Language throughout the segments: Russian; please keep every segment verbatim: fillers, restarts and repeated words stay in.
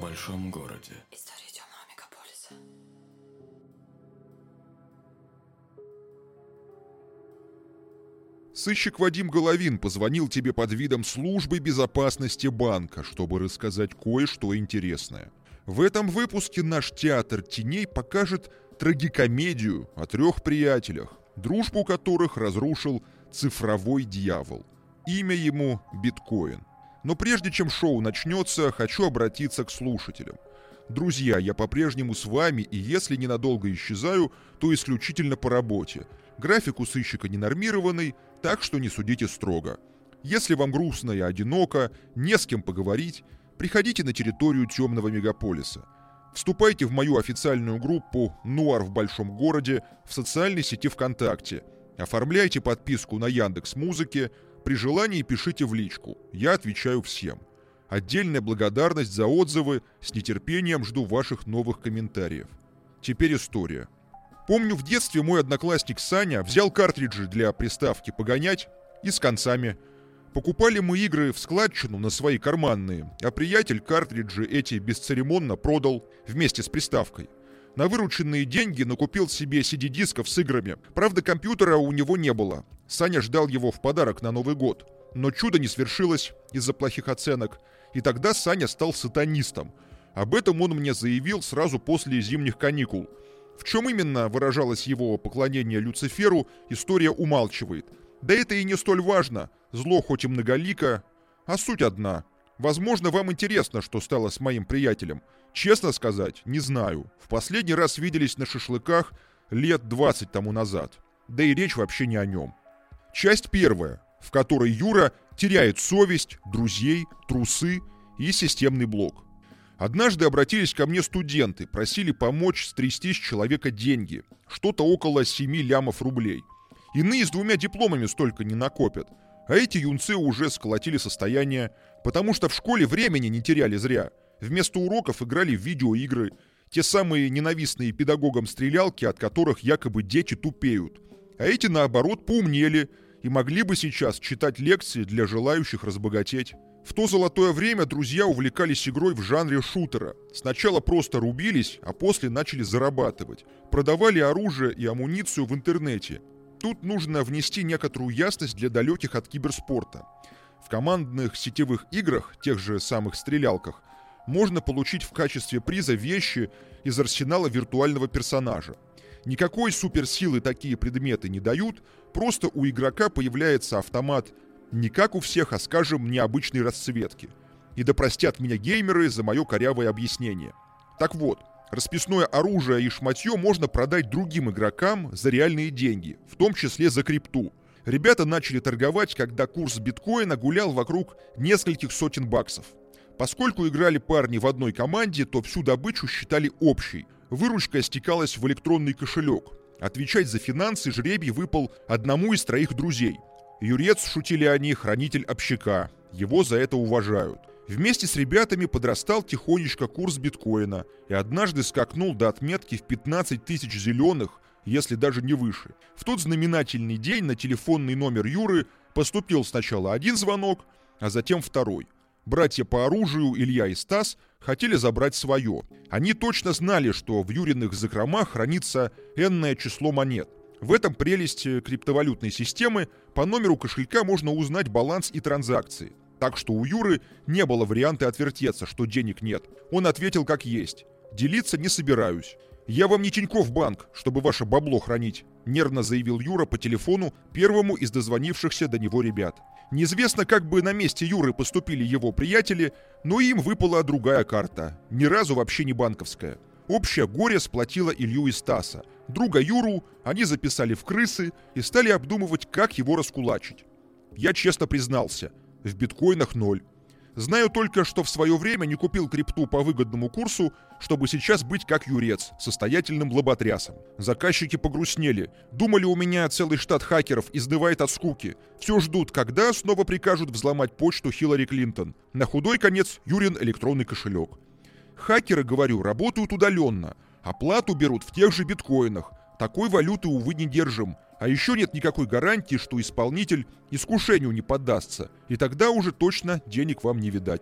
большом городе. История темного мегаполиса. Сыщик Вадим Головин позвонил тебе под видом службы безопасности банка, чтобы рассказать кое-что интересное. В этом выпуске наш театр теней покажет трагикомедию о трех приятелях, дружбу которых разрушил цифровой дьявол. Имя ему Биткоин. Но прежде чем шоу начнется, хочу обратиться к слушателям. Друзья, я по-прежнему с вами, и если ненадолго исчезаю, то исключительно по работе. График у сыщика ненормированный, так что не судите строго. Если вам грустно и одиноко, не с кем поговорить, приходите на территорию темного мегаполиса. Вступайте в мою официальную группу «Нуар в большом городе» в социальной сети ВКонтакте. Оформляйте подписку на Яндекс.Музыке. При желании пишите в личку. Я отвечаю всем. Отдельная благодарность за отзывы. С нетерпением жду ваших новых комментариев. Теперь история. Помню, в детстве мой одноклассник Саня взял картриджи для приставки погонять и с концами. Покупали мы игры в складчину на свои карманные, а приятель картриджи эти бесцеремонно продал вместе с приставкой. На вырученные деньги накупил себе си ди-дисков с играми. Правда, компьютера у него не было. Саня ждал его в подарок на Новый год. Но чудо не свершилось из-за плохих оценок. И тогда Саня стал сатанистом. Об этом он мне заявил сразу после зимних каникул. В чем именно выражалось его поклонение Люциферу, история умалчивает. Да это и не столь важно. Зло хоть и многолико, а суть одна. Возможно, вам интересно, что стало с моим приятелем. Честно сказать, не знаю. В последний раз виделись на шашлыках лет двадцать тому назад. Да и речь вообще не о нем. Часть первая, в которой Юра теряет совесть, друзей, трусы и системный блок. Однажды обратились ко мне студенты, просили помочь стрясти с человека деньги. Что-то около семи лямов рублей. Иные с двумя дипломами столько не накопят. А эти юнцы уже сколотили состояние, потому что в школе времени не теряли зря. Вместо уроков играли в видеоигры, те самые ненавистные педагогам стрелялки, от которых якобы дети тупеют. А эти, наоборот, поумнели и могли бы сейчас читать лекции для желающих разбогатеть. В то золотое время друзья увлекались игрой в жанре шутера. Сначала просто рубились, а после начали зарабатывать. Продавали оружие и амуницию в интернете. Тут нужно внести некоторую ясность для далеких от киберспорта. В командных сетевых играх, тех же самых стрелялках, можно получить в качестве приза вещи из арсенала виртуального персонажа. Никакой суперсилы такие предметы не дают, просто у игрока появляется автомат не как у всех, а, скажем, необычной расцветки. И да простят меня геймеры за мое корявое объяснение. Так вот, расписное оружие и шматье можно продать другим игрокам за реальные деньги, в том числе за крипту. Ребята начали торговать, когда курс биткоина гулял вокруг нескольких сотен баксов. Поскольку играли парни в одной команде, то всю добычу считали общей. Выручка стекалась в электронный кошелек. Отвечать за финансы жребий выпал одному из троих друзей. Юрец, шутили они, хранитель общака. Его за это уважают. Вместе с ребятами подрастал тихонечко курс биткоина и однажды скакнул до отметки в пятнадцать тысяч зеленых, если даже не выше. В тот знаменательный день на телефонный номер Юры поступил сначала один звонок, а затем второй. Братья по оружию Илья и Стас хотели забрать свое. Они точно знали, что в Юриных закромах хранится энное число монет. В этом прелесть криптовалютной системы. По номеру кошелька можно узнать баланс и транзакции. Так что у Юры не было варианта отвертеться, что денег нет. Он ответил как есть. Делиться не собираюсь. «Я вам не Тинькофф банк, чтобы ваше бабло хранить», нервно заявил Юра по телефону первому из дозвонившихся до него ребят. Неизвестно, как бы на месте Юры поступили его приятели, но им выпала другая карта, ни разу вообще не банковская. Общее горе сплотило Илью и Стаса. Друга Юру они записали в крысы и стали обдумывать, как его раскулачить. Я честно признался, в биткоинах ноль. Знаю только, что в свое время не купил крипту по выгодному курсу, чтобы сейчас быть как Юрец, состоятельным лоботрясом. Заказчики погрустнели. Думали, у меня целый штат хакеров изнывает от скуки. Все ждут, когда снова прикажут взломать почту Хиллари Клинтон. На худой конец Юрин электронный кошелек. Хакеры, говорю, работают удаленно. Оплату берут в тех же биткоинах. Такой валюты, увы, не держим. А еще нет никакой гарантии, что исполнитель искушению не поддастся. И тогда уже точно денег вам не видать.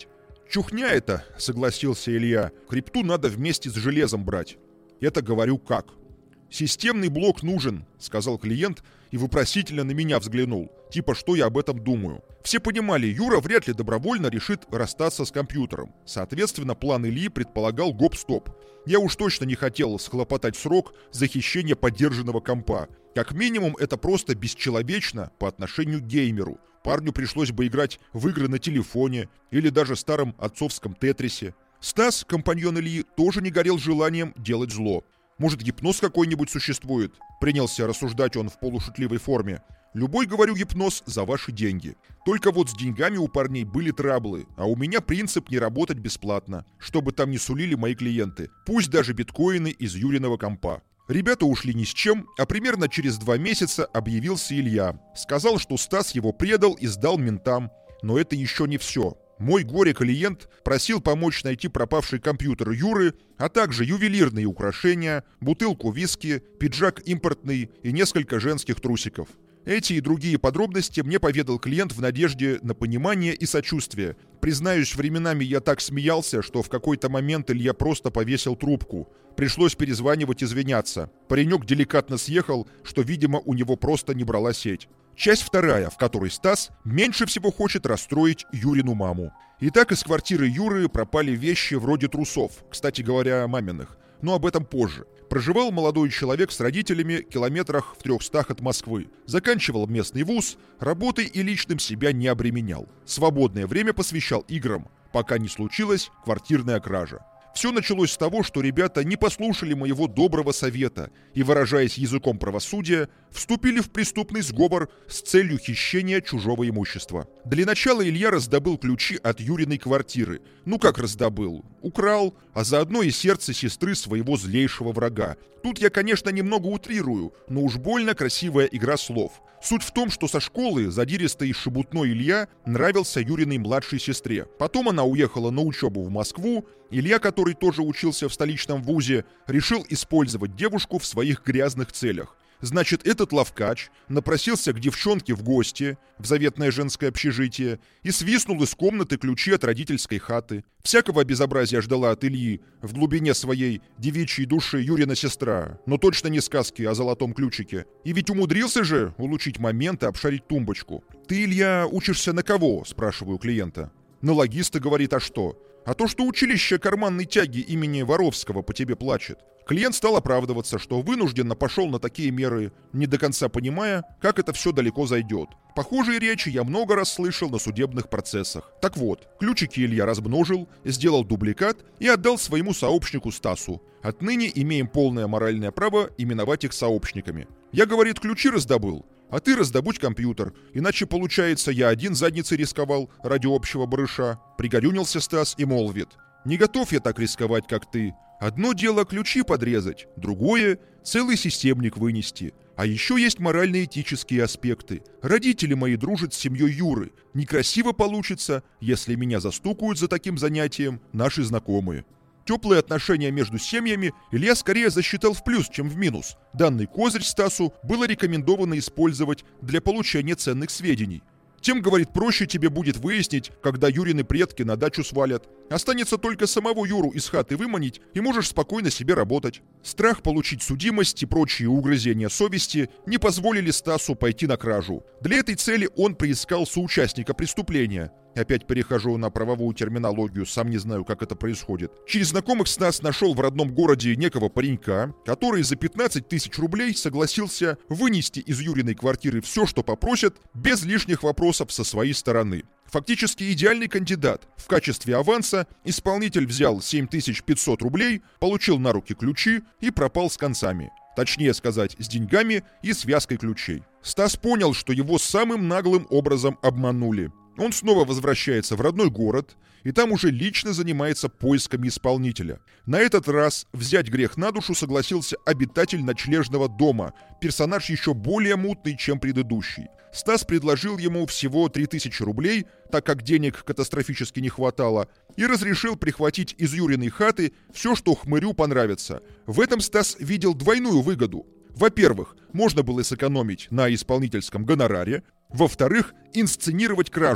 «Чухня это», — согласился Илья. «Крипту надо вместе с железом брать». «Это говорю как?» «Системный блок нужен», — сказал клиент и вопросительно на меня взглянул. Типа, что я об этом думаю. Все понимали, Юра вряд ли добровольно решит расстаться с компьютером. Соответственно, план Ильи предполагал гоп-стоп. Я уж точно не хотел схлопотать срок за хищение подержанного компа. Как минимум, это просто бесчеловечно по отношению к геймеру. Парню пришлось бы играть в игры на телефоне или даже старом отцовском тетрисе. Стас, компаньон Ильи, тоже не горел желанием делать зло. «Может, гипноз какой-нибудь существует?» Принялся рассуждать он в полушутливой форме. «Любой, говорю, гипноз за ваши деньги. Только вот с деньгами у парней были траблы, а у меня принцип не работать бесплатно, чтобы там не сулили мои клиенты, пусть даже биткоины из Юриного компа». Ребята ушли ни с чем, а примерно через два месяца объявился Илья. Сказал, что Стас его предал и сдал ментам. Но это еще не все. Мой горе-клиент просил помочь найти пропавший компьютер Юры, а также ювелирные украшения, бутылку виски, пиджак импортный и несколько женских трусиков. Эти и другие подробности мне поведал клиент в надежде на понимание и сочувствие. Признаюсь, временами я так смеялся, что в какой-то момент Илья просто повесил трубку. Пришлось перезванивать, извиняться. Паренек деликатно съехал, что, видимо, у него просто не брала сеть. Часть вторая, в которой Стас меньше всего хочет расстроить Юрину маму. Итак, из квартиры Юры пропали вещи вроде трусов, кстати говоря, маминых, но об этом позже. Проживал молодой человек с родителями километрах в трехстах от Москвы. Заканчивал местный вуз, работой и личным себя не обременял. Свободное время посвящал играм, пока не случилась квартирная кража. Все началось с того, что ребята не послушали моего доброго совета и, выражаясь языком правосудия, вступили в преступный сговор с целью хищения чужого имущества. Для начала Илья раздобыл ключи от Юриной квартиры. Ну как раздобыл? Украл, а заодно и сердце сестры своего злейшего врага. Тут я, конечно, немного утрирую, но уж больно красивая игра слов. Суть в том, что со школы задиристый и шебутной Илья нравился Юриной младшей сестре. Потом она уехала на учебу в Москву. Илья, который тоже учился в столичном вузе, решил использовать девушку в своих грязных целях. Значит, этот лавкач напросился к девчонке в гости в заветное женское общежитие и свистнул из комнаты ключи от родительской хаты. Всякого безобразия ждала от Ильи в глубине своей девичьей души Юрина сестра, но точно не сказки о золотом ключике. И ведь умудрился же улучшить момент и обшарить тумбочку. «Ты, Илья, учишься на кого?» – спрашиваю клиента. «На логиста», говорит, «а что?» «А то, что училище карманной тяги имени Воровского по тебе плачет». Клиент стал оправдываться, что вынужденно пошел на такие меры, не до конца понимая, как это все далеко зайдет. Похожие речи я много раз слышал на судебных процессах. Так вот, ключики Илья размножил, сделал дубликат и отдал своему сообщнику Стасу. Отныне имеем полное моральное право именовать их сообщниками. Я, говорит, ключи раздобыл, а ты раздобудь компьютер, иначе, получается, я один задницей рисковал ради общего барыша. Пригорюнился Стас и молвит: не готов я так рисковать, как ты. Одно дело ключи подрезать, другое — целый системник вынести. А еще есть морально-этические аспекты. Родители мои дружат с семьей Юры. Некрасиво получится, если меня застукают за таким занятием наши знакомые. Теплые отношения между семьями Илья скорее засчитал в плюс, чем в минус. Данный козырь Стасу было рекомендовано использовать для получения ценных сведений. Тем, говорит, проще тебе будет выяснить, когда Юрины предки на дачу свалят. Останется только самого Юру из хаты выманить, и можешь спокойно себе работать. Страх получить судимость и прочие угрызения совести не позволили Стасу пойти на кражу. Для этой цели он приискал соучастника преступления. Опять перехожу на правовую терминологию, сам не знаю, как это происходит. Через знакомых Стас нашел в родном городе некого паренька, который за пятнадцать тысяч рублей согласился вынести из Юриной квартиры все, что попросят, без лишних вопросов со своей стороны. Фактически идеальный кандидат. В качестве аванса исполнитель взял семь тысяч пятьсот рублей, получил на руки ключи и пропал с концами. Точнее сказать, с деньгами и связкой ключей. Стас понял, что его самым наглым образом обманули. Он снова возвращается в родной город и там уже лично занимается поисками исполнителя. На этот раз взять грех на душу согласился обитатель ночлежного дома, персонаж еще более мутный, чем предыдущий. Стас предложил ему всего три тысячи рублей, так как денег катастрофически не хватало, и разрешил прихватить из Юриной хаты все, что хмырю понравится. В этом Стас видел двойную выгоду. Во-первых, можно было сэкономить на исполнительском гонораре. Во-вторых, инсценировать кражу.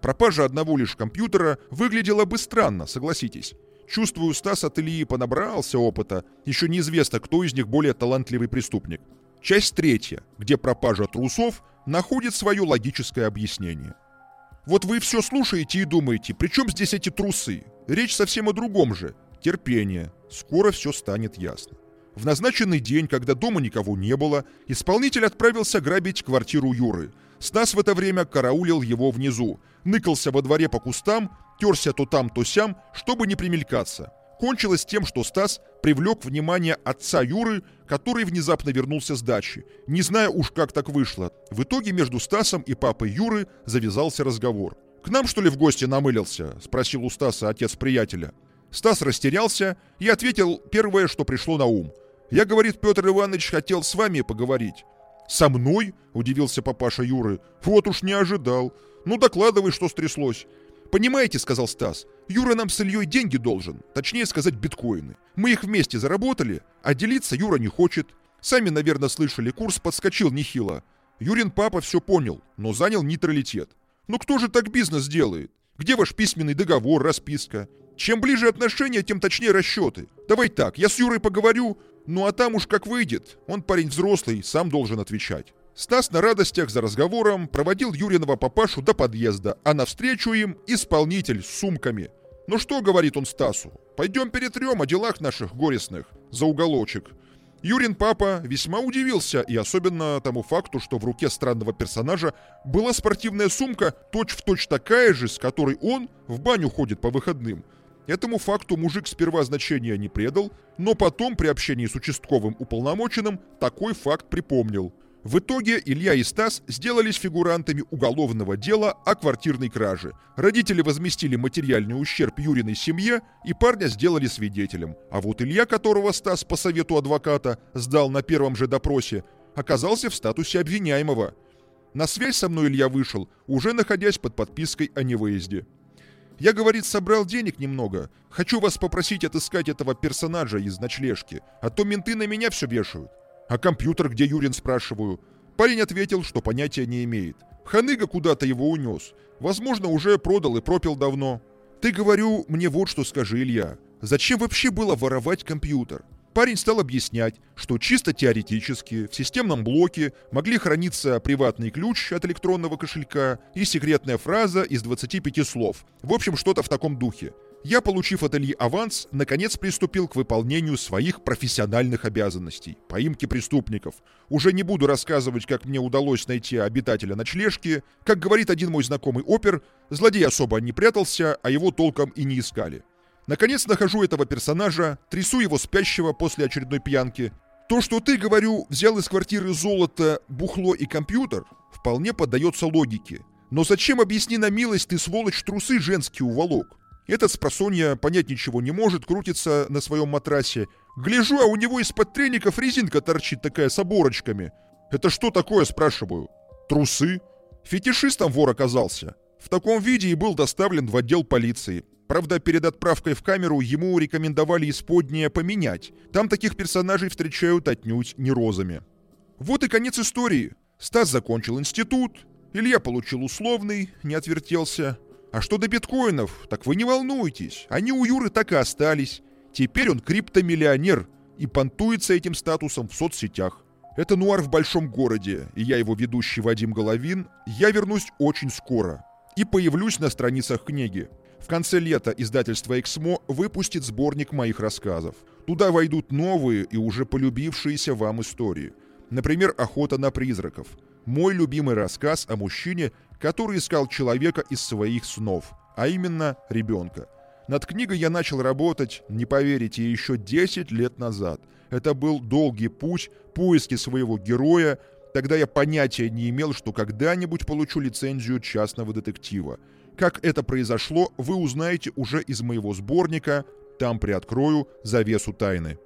Пропажа одного лишь компьютера выглядела бы странно, согласитесь. Чувствую, Стас от Ильи понабрался опыта, еще неизвестно, кто из них более талантливый преступник. Часть третья, где пропажа трусов находит свое логическое объяснение. Вот вы все слушаете и думаете, при чем здесь эти трусы? Речь совсем о другом же. Терпение. Скоро все станет ясно. В назначенный день, когда дома никого не было, исполнитель отправился грабить квартиру Юры. Стас в это время караулил его внизу, ныкался во дворе по кустам, терся то там, то сям, чтобы не примелькаться. Кончилось тем, что Стас привлек внимание отца Юры, который внезапно вернулся с дачи. Не знаю уж, как так вышло. В итоге между Стасом и папой Юры завязался разговор. «К нам, что ли, в гости намылился?» – спросил у Стаса отец приятеля. Стас растерялся и ответил первое, что пришло на ум. «Я, — говорит, — Петр Иванович, хотел с вами поговорить». «Со мной?» – удивился папаша Юры. «Вот уж не ожидал. Ну, докладывай, что стряслось». «Понимаете, — сказал Стас, — Юра нам с Ильей деньги должен, точнее сказать, биткоины. Мы их вместе заработали, а делиться Юра не хочет. Сами, наверное, слышали, курс подскочил нехило. Юрин папа все понял, но занял нейтралитет. Ну кто же так бизнес делает? Где ваш письменный договор, расписка? Чем ближе отношения, тем точнее расчеты. Давай так, я с Юрой поговорю, ну а там уж как выйдет. Он парень взрослый, сам должен отвечать». Стас на радостях за разговором проводил Юриного папашу до подъезда, а навстречу им исполнитель с сумками. «Ну что, — говорит он Стасу, — пойдем перетрем о делах наших горестных за уголочек». Юрин папа весьма удивился, и особенно тому факту, что в руке странного персонажа была спортивная сумка, точь-в-точь такая же, с которой он в баню ходит по выходным. Этому факту мужик сперва значения не придал, но потом при общении с участковым уполномоченным такой факт припомнил. В итоге Илья и Стас сделались фигурантами уголовного дела о квартирной краже. Родители возместили материальный ущерб Юриной семье и парня сделали свидетелем. А вот Илья, которого Стас по совету адвоката сдал на первом же допросе, оказался в статусе обвиняемого. На связь со мной Илья вышел, уже находясь под подпиской о невыезде. «Я, — говорит, — собрал денег немного. Хочу вас попросить отыскать этого персонажа из ночлежки, а то менты на меня все вешают». «А компьютер где, Юрин?» — спрашиваю. Парень ответил, что понятия не имеет. Ханыга куда-то его унес. Возможно, уже продал и пропил давно. «Ты, — говорю, — мне вот что скажи, Илья. Зачем вообще было воровать компьютер?» Парень стал объяснять, что чисто теоретически в системном блоке могли храниться приватный ключ от электронного кошелька и секретная фраза из двадцати пяти слов. В общем, что-то в таком духе. Я, получив от Ильи аванс, наконец приступил к выполнению своих профессиональных обязанностей – поимки преступников. Уже не буду рассказывать, как мне удалось найти обитателя ночлежки. Как говорит один мой знакомый опер, злодей особо не прятался, а его толком и не искали. Наконец нахожу этого персонажа, трясу его спящего после очередной пьянки. То, что ты, говорю, взял из квартиры золото, бухло и компьютер, вполне поддается логике. Но зачем, объясни на милость, ты, сволочь, трусы женские уволок? Этот спросонья понять ничего не может, крутится на своем матрасе. Гляжу, а у него из-под треников резинка торчит такая с оборочками. Это что такое, спрашиваю? Трусы? Фетишистом вор оказался. В таком виде и был доставлен в отдел полиции. Правда, перед отправкой в камеру ему рекомендовали исподнее поменять. Там таких персонажей встречают отнюдь не розами. Вот и конец истории. Стас закончил институт, Илья получил условный, не отвертелся. А что до биткоинов, так вы не волнуйтесь, они у Юры так и остались. Теперь он криптомиллионер и понтуется этим статусом в соцсетях. Это нуар в большом городе, и я, его ведущий Вадим Головин, я вернусь очень скоро и появлюсь на страницах книги. В конце лета издательство «Эксмо» выпустит сборник моих рассказов. Туда войдут новые и уже полюбившиеся вам истории. Например, «Охота на призраков». Мой любимый рассказ о мужчине, который искал человека из своих снов, а именно ребенка. Над книгой я начал работать, не поверите, еще десять лет назад. Это был долгий путь, поиски своего героя. Тогда я понятия не имел, что когда-нибудь получу лицензию частного детектива. Как это произошло, вы узнаете уже из моего сборника. Там приоткрою завесу тайны.